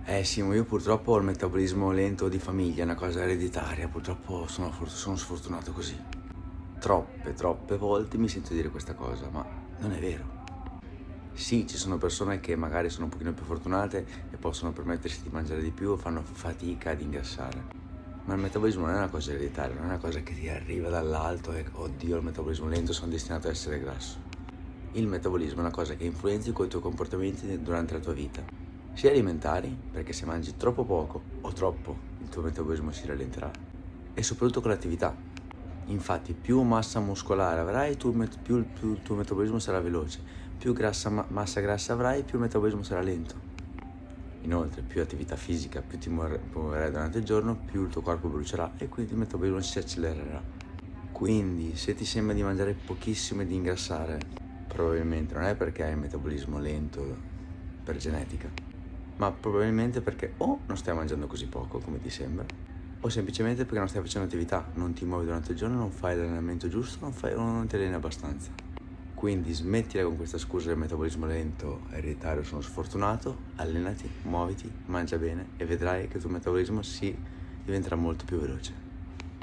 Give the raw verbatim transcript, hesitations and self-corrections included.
Eh sì, ma io purtroppo ho il metabolismo lento di famiglia, è una cosa ereditaria, purtroppo sono, for- sono sfortunato così. Troppe, troppe volte mi sento dire questa cosa, ma non è vero. Sì, ci sono persone che magari sono un pochino più fortunate e possono permettersi di mangiare di più o fanno fatica ad ingrassare. Ma il metabolismo non è una cosa ereditaria, non è una cosa che ti arriva dall'alto e oddio il metabolismo lento, sono destinato a essere grasso. Il metabolismo è una cosa che influenzi con i tuoi comportamenti durante la tua vita, sia alimentari, perché se mangi troppo poco o troppo il tuo metabolismo si rallenterà, e soprattutto con l'attività. Infatti più massa muscolare avrai, più, più, più il tuo metabolismo sarà veloce, più grassa, massa grassa avrai, più il metabolismo sarà lento. Inoltre, più attività fisica, più ti muoverai durante il giorno, più il tuo corpo brucerà e quindi il metabolismo si accelererà. Quindi, se ti sembra di mangiare pochissimo e di ingrassare, probabilmente non è perché hai il metabolismo lento per genetica, ma probabilmente perché o non stai mangiando così poco come ti sembra, o semplicemente perché non stai facendo attività, non ti muovi durante il giorno, non fai l'allenamento giusto, non, fai, non ti alleni abbastanza. Quindi smettila con questa scusa del metabolismo lento, ereditario, sono sfortunato, allenati, muoviti, mangia bene e vedrai che il tuo metabolismo si diventerà molto più veloce.